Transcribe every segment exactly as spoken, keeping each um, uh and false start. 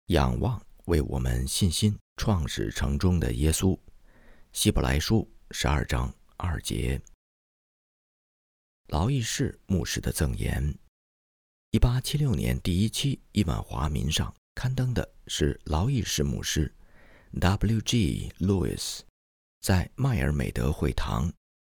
仰望为我们信心创始成终的耶稣。希伯来书十二章二节。劳义士牧师的赠言。一八七六年第一期亿万华民上刊登的是劳义士牧师 W G Lewis 在迈尔美德会堂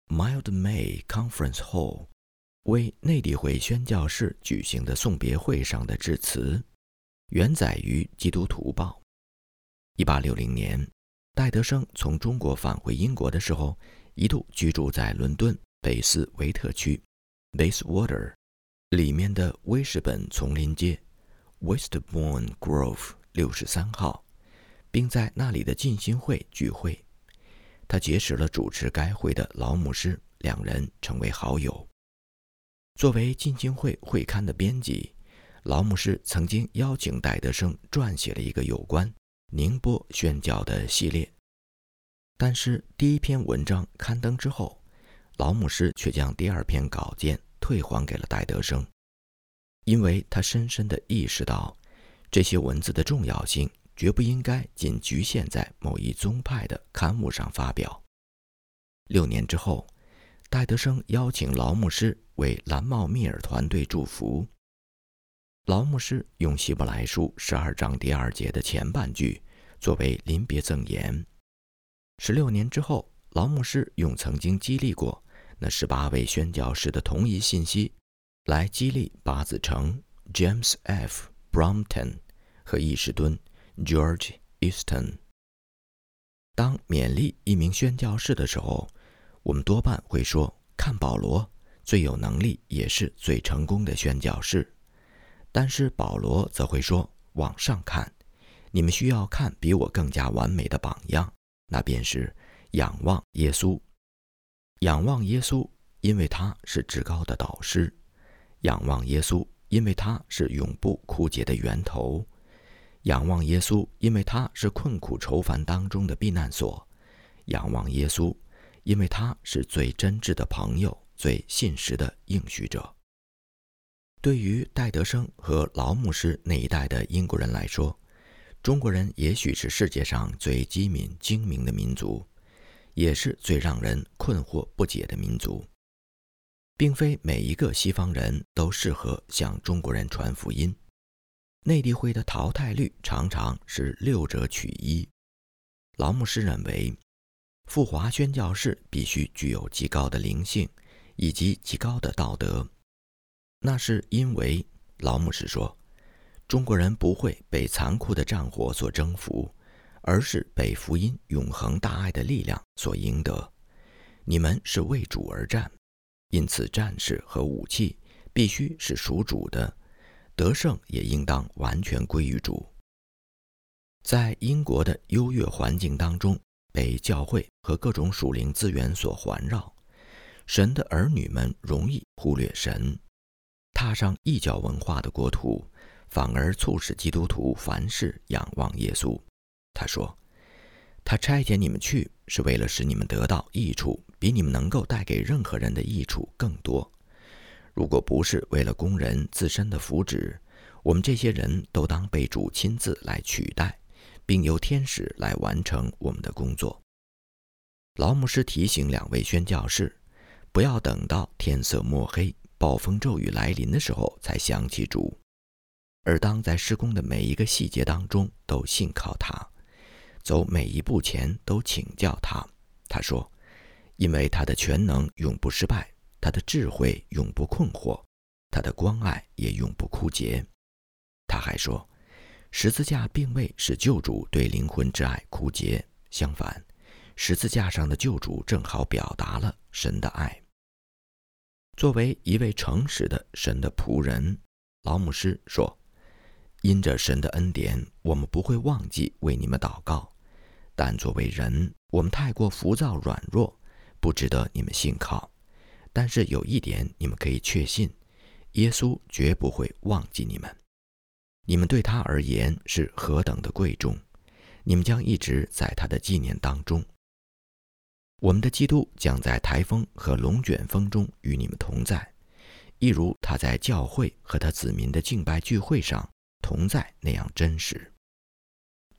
Mildmay Conference Hall 为内地会宣教士举行的送别会上的致辞，原载于《基督徒报》。一八六零年，戴德生从中国返回英国的时候，一度居住在伦敦北斯维特区 Bayswater 里面的威士本丛林街 Westbourne Grove 六十三号，并在那里的浸信会聚会。他结识了主持该会的劳牧师，两人成为好友。作为浸信会会刊的编辑，劳牧师曾经邀请戴德生撰写了一个有关宁波宣教的系列，但是第一篇文章刊登之后，劳牧师却将第二篇稿件退还给了戴德生，因为他深深地意识到这些文字的重要性绝不应该仅局限在某一宗派的刊物上发表。六年之后，戴德生邀请劳牧师为蓝帽密尔团队祝福。劳牧师用希伯来书十二章第二节的前半句作为临别赠言。十六年之后，劳牧师用曾经激励过那十八位宣教士的同一信息来激励八字城 James F. Brompton 和易士敦 George Easton。 当勉励一名宣教士的时候，我们多半会说，看保罗，最有能力也是最成功的宣教士。但是保罗则会说，往上看，你们需要看比我更加完美的榜样，那便是仰望耶稣。仰望耶稣，因为他是至高的导师；仰望耶稣，因为他是永不枯竭的源头；仰望耶稣，因为他是困苦愁烦当中的避难所；仰望耶稣，因为他是最真挚的朋友，最信实的应许者。对于戴德生和劳牧师那一代的英国人来说，中国人也许是世界上最机敏精明的民族，也是最让人困惑不解的民族。并非每一个西方人都适合向中国人传福音，内地会的淘汰率常常是六折取一。劳牧师认为，赴华宣教士必须具有极高的灵性以及极高的道德。那是因为，劳牧师说，中国人不会被残酷的战火所征服，而是被福音永恒大爱的力量所赢得。你们是为主而战，因此战士和武器必须是属主的，得胜也应当完全归于主。在英国的优越环境当中，被教会和各种属灵资源所环绕，神的儿女们容易忽略神，踏上异教文化的国土，反而促使基督徒凡事仰望耶稣。他说，他差遣你们去，是为了使你们得到益处，比你们能够带给任何人的益处更多。如果不是为了工人自身的福祉，我们这些人都当被主亲自来取代，并由天使来完成我们的工作。劳牧师提醒两位宣教士，不要等到天色墨黑、暴风骤雨来临的时候才想起主，而当在施工的每一个细节当中都信靠他，走每一步前都请教他。他说，因为他的全能永不失败，他的智慧永不困惑，他的关爱也永不枯竭。他还说，十字架并未使救主对灵魂之爱枯竭，相反，十字架上的救主正好表达了神的爱。作为一位诚实的神的仆人，劳牧师说，因着神的恩典，我们不会忘记为你们祷告，但作为人，我们太过浮躁软弱，不值得你们信靠。但是有一点你们可以确信，耶稣绝不会忘记你们。你们对他而言是何等的贵重，你们将一直在他的纪念当中。我们的基督将在台风和龙卷风中与你们同在，一如他在教会和他子民的敬拜聚会上同在那样真实。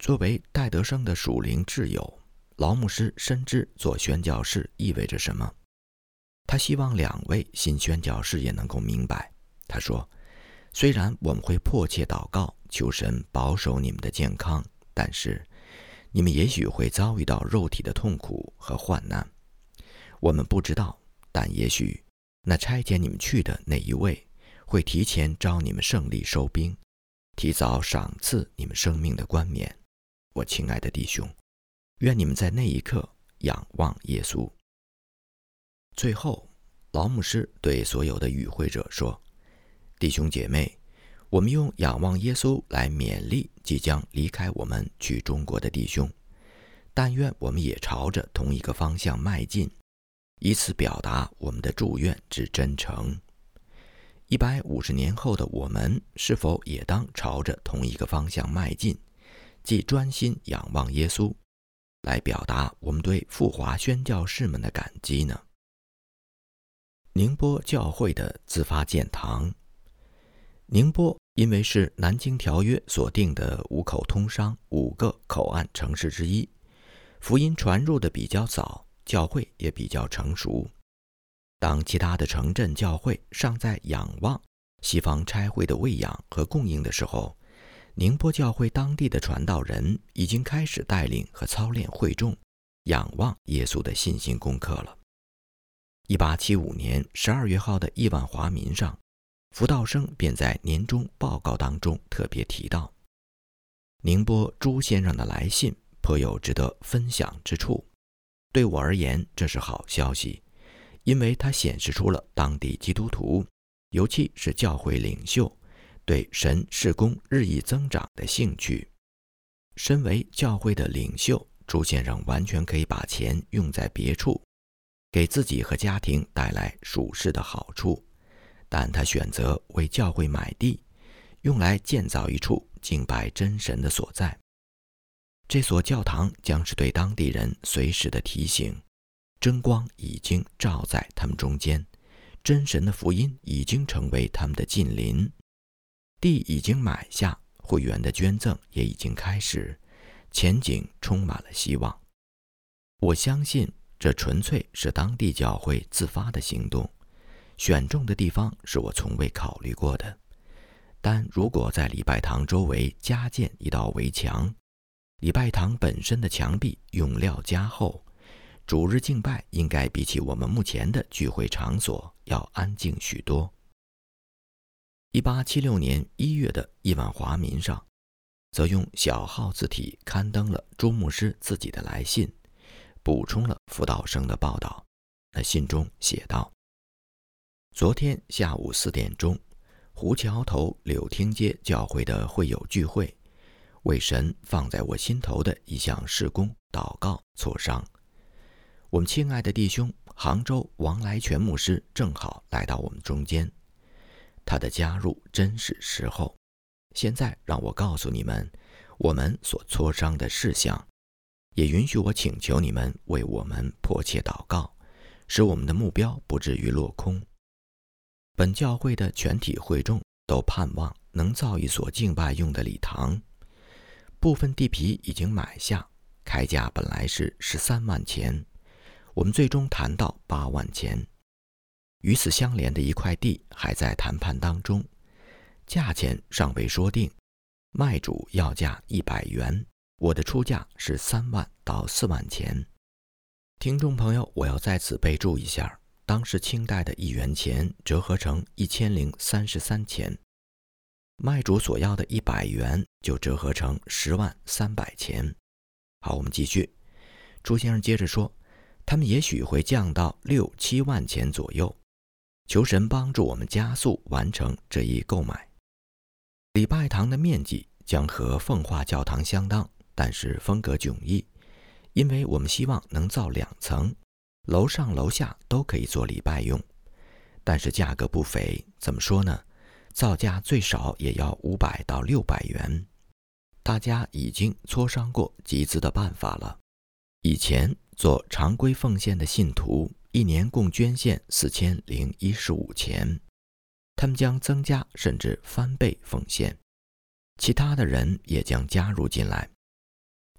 作为戴德生的属灵挚友，劳牧师深知做宣教士意味着什么。他希望两位新宣教士也能够明白。他说，虽然我们会迫切祷告，求神保守你们的健康，但是你们也许会遭遇到肉体的痛苦和患难。我们不知道，但也许那差遣你们去的那一位会提前召你们胜利收兵，提早赏赐你们生命的冠冕。我亲爱的弟兄，愿你们在那一刻仰望耶稣。最后，劳牧师对所有的与会者说，弟兄姐妹，我们用仰望耶稣来勉励即将离开我们去中国的弟兄，但愿我们也朝着同一个方向迈进，以此表达我们的祝愿之真诚。一百五十年后的我们是否也当朝着同一个方向迈进，即专心仰望耶稣，来表达我们对赴华宣教士们的感激呢？宁波教会的自发建堂。宁波因为是南京条约所定的五口通商五个口岸城市之一，福音传入的比较早，教会也比较成熟。当其他的城镇教会尚在仰望西方差会的喂养和供应的时候，宁波教会当地的传道人已经开始带领和操练会众仰望耶稣的信心功课了。一八七五年十二月号的亿万华民上，福道生便在年终报告当中特别提到，宁波朱先生的来信颇有值得分享之处。对我而言，这是好消息，因为它显示出了当地基督徒，尤其是教会领袖，对神事工日益增长的兴趣。身为教会的领袖，朱先生完全可以把钱用在别处，给自己和家庭带来属世的好处，但他选择为教会买地，用来建造一处敬拜真神的所在。这所教堂将是对当地人随时的提醒，真光已经照在他们中间，真神的福音已经成为他们的近邻，地已经买下，会员的捐赠也已经开始，前景充满了希望。我相信这纯粹是当地教会自发的行动，选中的地方是我从未考虑过的。但如果在礼拜堂周围加建一道围墙，礼拜堂本身的墙壁用料加厚，主日敬拜应该比起我们目前的聚会场所要安静许多。一八七六年一月的亿万华民上，则用小号字体刊登了朱牧师自己的来信，补充了辅导生的报道。那信中写道，昨天下午四点钟，胡桥头柳汀街教会的会友聚会，为神放在我心头的一项事工祷告磋商。我们亲爱的弟兄杭州王来全牧师正好来到我们中间，他的加入真是时候。现在让我告诉你们我们所磋商的事项，也允许我请求你们为我们迫切祷告，使我们的目标不至于落空。本教会的全体会众都盼望能造一所敬拜用的礼堂，部分地皮已经买下，开价本来是十三万钱，我们最终谈到八万钱。与此相连的一块地还在谈判当中，价钱尚未说定，卖主要价一百元，我的出价是三万到四万钱。听众朋友，我要在此备注一下，当时清代的一元钱折合成一千零三十三钱，卖主所要的一百元就折合成十万三百钱。好，我们继续。朱先生接着说，他们也许会降到六七万钱左右，求神帮助我们加速完成这一购买。礼拜堂的面积将和奉化教堂相当，但是风格迥异，因为我们希望能造两层，楼上楼下都可以做礼拜用。但是价格不菲，怎么说呢？造价最少也要五百到六百元。大家已经磋商过集资的办法了。以前做常规奉献的信徒一年共捐献四千零一十五钱，他们将增加甚至翻倍奉献，其他的人也将加入进来。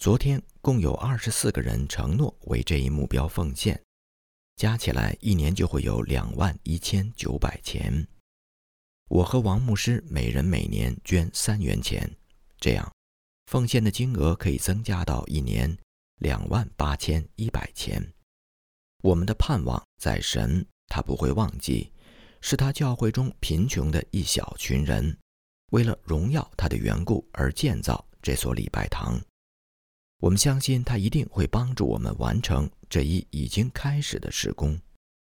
昨天共有二十四个人承诺为这一目标奉献，加起来一年就会有两万一千九百钱。我和王牧师每人每年捐三元钱，这样奉献的金额可以增加到一年两万八千一百钱。我们的盼望在神，他不会忘记，是他教会中贫穷的一小群人，为了荣耀他的缘故而建造这所礼拜堂。我们相信他一定会帮助我们完成这一已经开始的事工。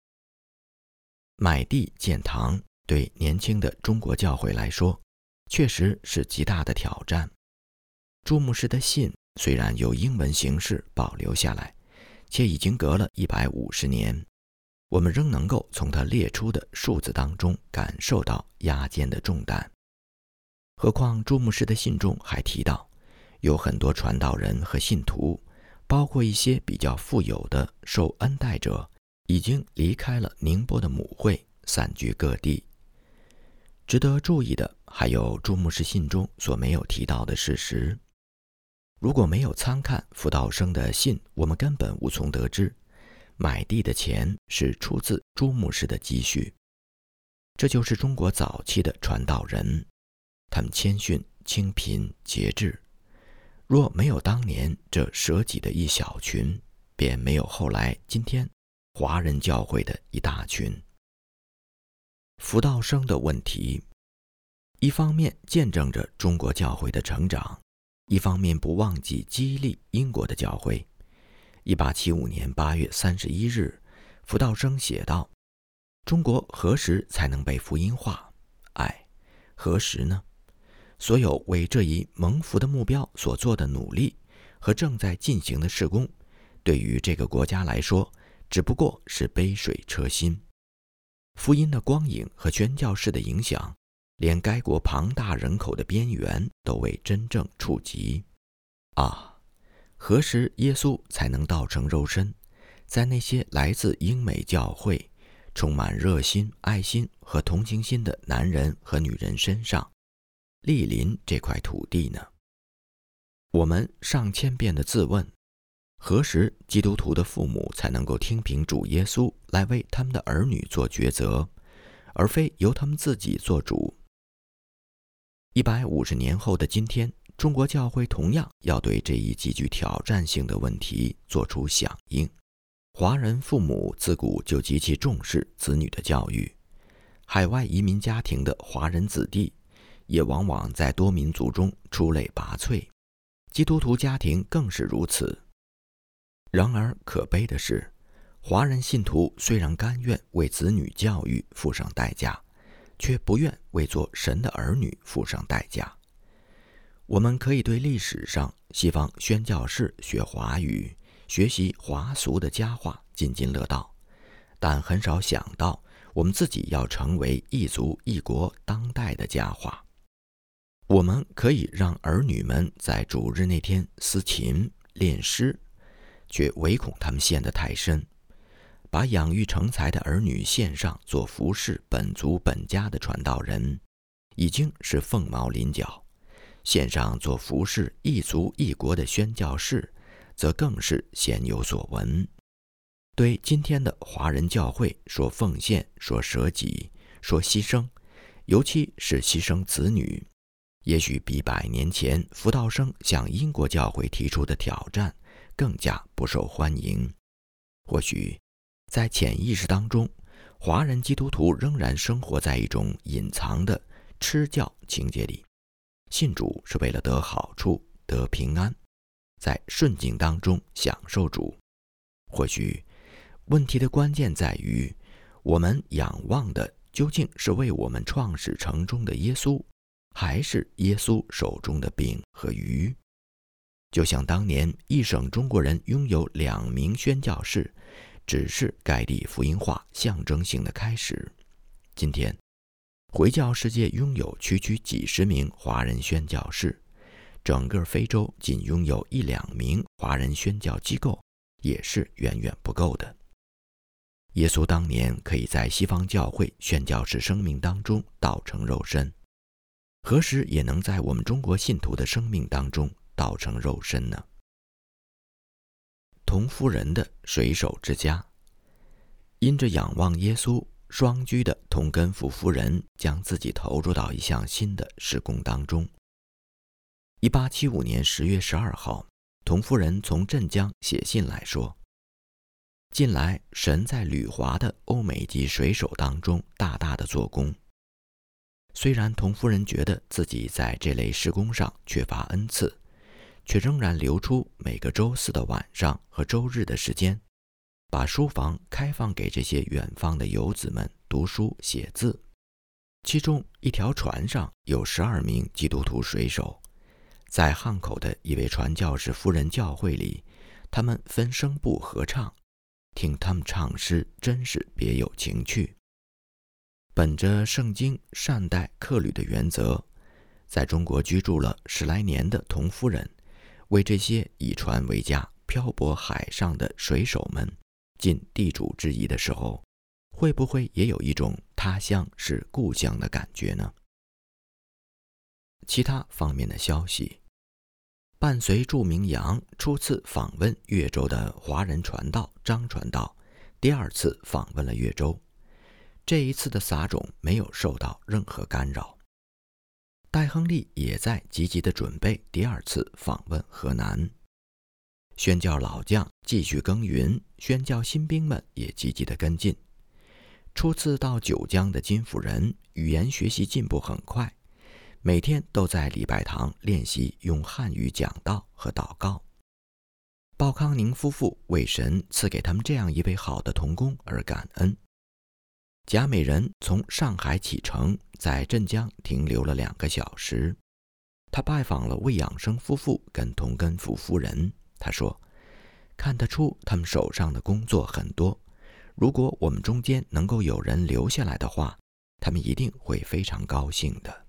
买地建堂对年轻的中国教会来说，确实是极大的挑战。朱牧师的信虽然有英文形式保留下来，且已经隔了一百五十年，我们仍能够从他列出的数字当中感受到压肩的重担。何况朱牧师的信中还提到，有很多传道人和信徒，包括一些比较富有的受恩待者，已经离开了宁波的母会，散居各地。值得注意的还有朱牧师信中所没有提到的事实。如果没有参看辅道生的信，我们根本无从得知买地的钱是出自朱牧师的积蓄。这就是中国早期的传道人，他们谦逊、清贫、节制。若没有当年这舍己的一小群，便没有后来今天华人教会的一大群。辅道生的问题，一方面见证着中国教会的成长，一方面不忘记激励英国的教会。一八七五年八月三十一日，辅道生写道：中国何时才能被福音化？哎，何时呢？所有为这一蒙福的目标所做的努力和正在进行的事工，对于这个国家来说，只不过是杯水车薪。福音的光影和宣教士的影响，连该国庞大人口的边缘都未真正触及。啊，何时耶稣才能道成肉身，在那些来自英美教会、充满热心、爱心和同情心的男人和女人身上，莅临这块土地呢？我们上千遍的自问，何时基督徒的父母才能够听凭主耶稣来为他们的儿女做抉择，而非由他们自己做主？一百五十年后的今天，中国教会同样要对这一极具挑战性的问题做出响应。华人父母自古就极其重视子女的教育，海外移民家庭的华人子弟也往往在多民族中出类拔萃，基督徒家庭更是如此。然而可悲的是，华人信徒虽然甘愿为子女教育付上代价，却不愿为做神的儿女付上代价。我们可以对历史上西方宣教士学华语、学习华俗的佳话津津乐道，但很少想到我们自己要成为一族一国当代的佳话。我们可以让儿女们在主日那天司琴练诗，却唯恐他们陷得太深，把养育成才的儿女献上做服侍本族本家的传道人，已经是凤毛麟角；献上做服侍一族一国的宣教士，则更是鲜有所闻。对今天的华人教会说奉献、说舍己、说牺牲，尤其是牺牲子女，也许比百年前辅道生向英国教会提出的挑战更加不受欢迎。或许在潜意识当中，华人基督徒仍然生活在一种隐藏的吃教情节里，信主是为了得好处、得平安，在顺境当中享受主。或许问题的关键在于，我们仰望的究竟是为我们创始成终的耶稣，还是耶稣手中的饼和鱼？就像当年一省中国人拥有两名宣教士，只是该地福音化象征性的开始。今天回教世界拥有区区几十名华人宣教士，整个非洲仅拥有一两名华人宣教机构，也是远远不够的。耶稣当年可以在西方教会宣教士生命当中道成肉身，何时也能在我们中国信徒的生命当中道成肉身呢？ 童夫人的水手之家。因着仰望耶稣，双居的童根福夫人将自己投入到一项新的事工当中。一八七五年十月十二号，童夫人从镇江写信来说，近来神在旅华的欧美籍水手当中大大的做工。虽然童夫人觉得自己在这类事工上缺乏恩赐，却仍然留出每个周四的晚上和周日的时间，把书房开放给这些远方的游子们读书写字。其中一条船上有十二名基督徒水手，在汉口的一位传教士夫人教会里，他们分声部合唱，听他们唱诗真是别有情趣。本着圣经善待客旅的原则，在中国居住了十来年的童夫人，为这些以船为家漂泊海上的水手们尽地主之谊的时候，会不会也有一种他乡是故乡的感觉呢？其他方面的消息，伴随著名杨初次访问越州的华人传道张传道，第二次访问了越州。这一次的撒种没有受到任何干扰。戴亨利也在积极地准备第二次访问河南。宣教老将继续耕耘，宣教新兵们也积极地跟进。初次到九江的金夫人语言学习进步很快，每天都在礼拜堂练习用汉语讲道和祷告。鲍康宁夫妇为神赐给他们这样一位好的同工而感恩。贾美人从上海启程，在镇江停留了两个小时。他拜访了魏养生夫妇跟童根福夫人。他说，看得出他们手上的工作很多，如果我们中间能够有人留下来的话，他们一定会非常高兴的。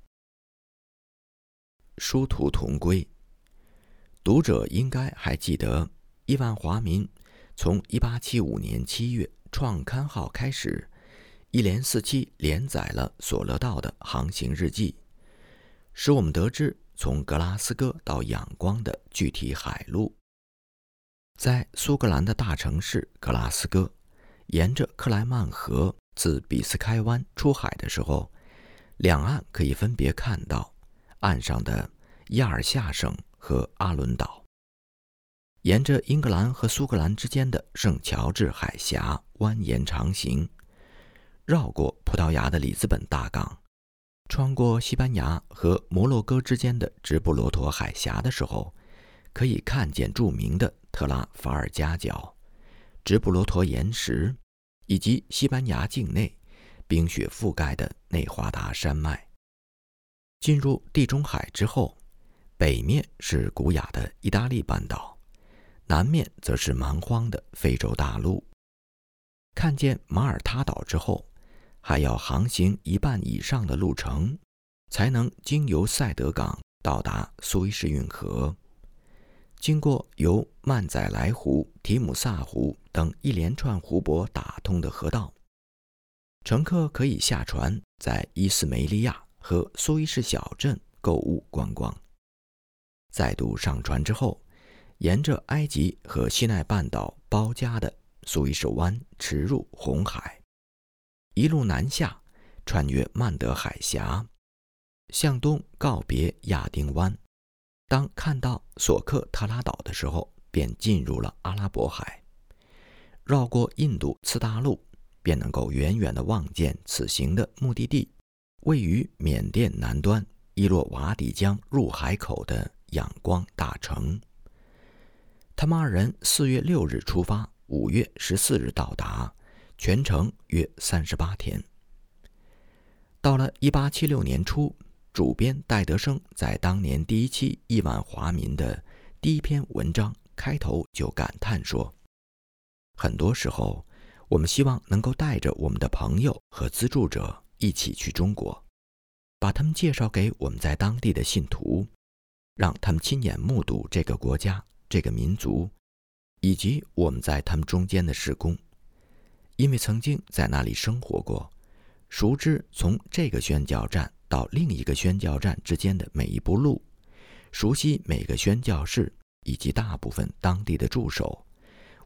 殊途同归，读者应该还记得，亿万华民从一八七五年七月创刊号开始，一连四期连载了索勒道的航行日记，使我们得知从格拉斯哥到仰光的具体海路。在苏格兰的大城市格拉斯哥，沿着克莱曼河自比斯开湾出海的时候，两岸可以分别看到岸上的亚尔夏省和阿伦岛。沿着英格兰和苏格兰之间的圣乔治海峡蜿蜒长行，绕过葡萄牙的里斯本大港，穿过西班牙和摩洛哥之间的直布罗陀海峡的时候，可以看见著名的特拉法尔加角、直布罗陀岩石，以及西班牙境内冰雪覆盖的内华达山脉。进入地中海之后，北面是古雅的意大利半岛，南面则是蛮荒的非洲大陆。看见马耳他岛之后，还要航行一半以上的路程，才能经由塞德港到达苏伊士运河。经过由曼宰莱湖、提姆萨湖等一连串湖泊打通的河道，乘客可以下船，在伊斯梅利亚和苏伊士小镇购物观光。再度上船之后，沿着埃及和西奈半岛包夹的苏伊士湾驰入红海，一路南下，穿越曼德海峡，向东告别亚丁湾。当看到索克特拉岛的时候，便进入了阿拉伯海。绕过印度次大陆，便能够远远地望见此行的目的地，位于缅甸南端伊洛瓦底江入海口的仰光大城。他们二人四月六日出发，五月十四日到达，全程约三十八天。到了一八七六年初，主编戴德生在当年第一期亿万华民的第一篇文章开头就感叹说，很多时候我们希望能够带着我们的朋友和资助者一起去中国，把他们介绍给我们在当地的信徒，让他们亲眼目睹这个国家、这个民族，以及我们在他们中间的事工。因为曾经在那里生活过，熟知从这个宣教站到另一个宣教站之间的每一步路，熟悉每个宣教士以及大部分当地的助手，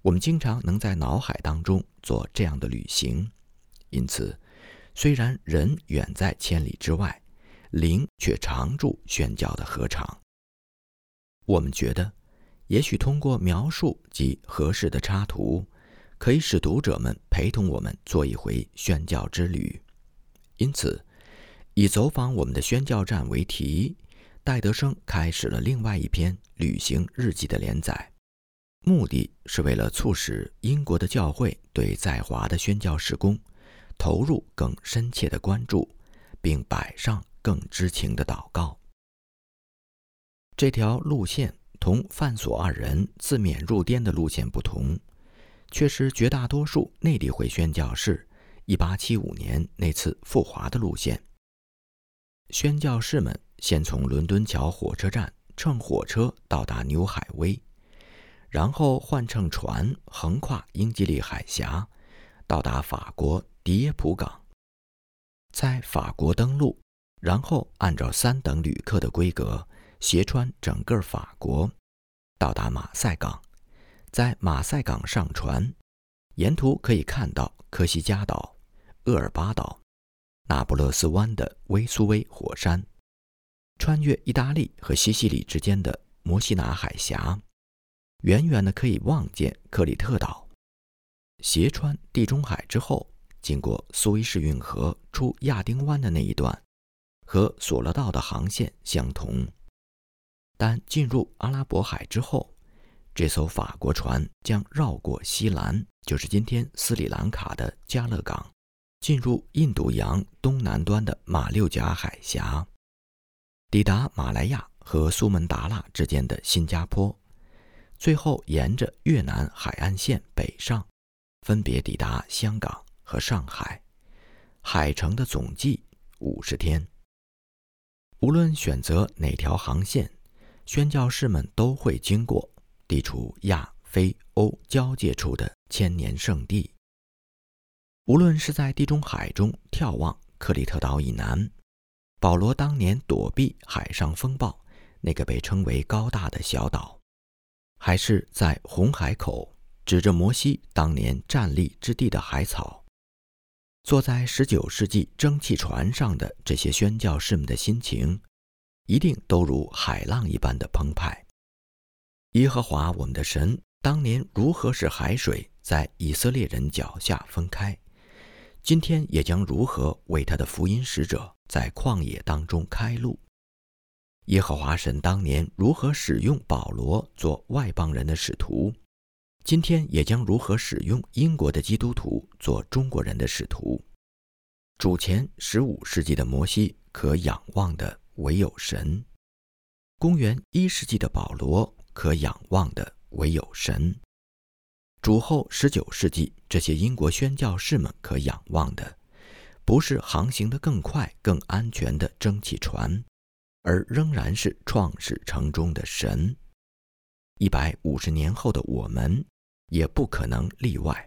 我们经常能在脑海当中做这样的旅行。因此，虽然人远在千里之外，灵却常驻宣教的禾场。我们觉得，也许通过描述及合适的插图，可以使读者们陪同我们做一回宣教之旅。因此，以走访我们的宣教站为题，戴德生开始了另外一篇旅行日记的连载，目的是为了促使英国的教会对在华的宣教事工投入更深切的关注，并摆上更知情的祷告。这条路线同范索二人自缅入滇的路线不同，却是绝大多数内地会宣教士一八七五年那次赴华的路线。宣教士们先从伦敦桥火车站乘火车到达纽海威，然后换乘船横跨英吉利海峡，到达法国迪耶普港，在法国登陆，然后按照三等旅客的规格斜穿整个法国，到达马赛港，在马赛港上船，沿途可以看到科西嘉岛、厄尔巴岛、那不勒斯湾的威苏威火山，穿越意大利和西西里之间的摩西拿海峡，远远的可以望见克里特岛。斜穿地中海之后，经过苏伊士运河出亚丁湾的那一段，和索勒道的航线相同。但进入阿拉伯海之后，这艘法国船将绕过西兰，就是今天斯里兰卡的加勒港，进入印度洋东南端的马六甲海峡，抵达马来亚和苏门答腊之间的新加坡，最后沿着越南海岸线北上，分别抵达香港和上海，海程的总计五十天。无论选择哪条航线，宣教士们都会经过地处亚非欧交界处的千年圣地。无论是在地中海中眺望克里特岛以南，保罗当年躲避海上风暴那个被称为高大的小岛，还是在红海口指着摩西当年站立之地的海草，坐在十九世纪蒸汽船上的这些宣教士们的心情，一定都如海浪一般的澎湃。耶和华我们的神当年如何使海水在以色列人脚下分开，今天也将如何为他的福音使者在旷野当中开路。耶和华神当年如何使用保罗做外邦人的使徒，今天也将如何使用英国的基督徒做中国人的使徒。主前十五世纪的摩西可仰望的唯有神，公元一世纪的保罗可仰望的唯有神，主后十九世纪这些英国宣教士们可仰望的，不是航行得更快更安全的蒸汽船，而仍然是创始城中的神。一百五十年后的我们也不可能例外。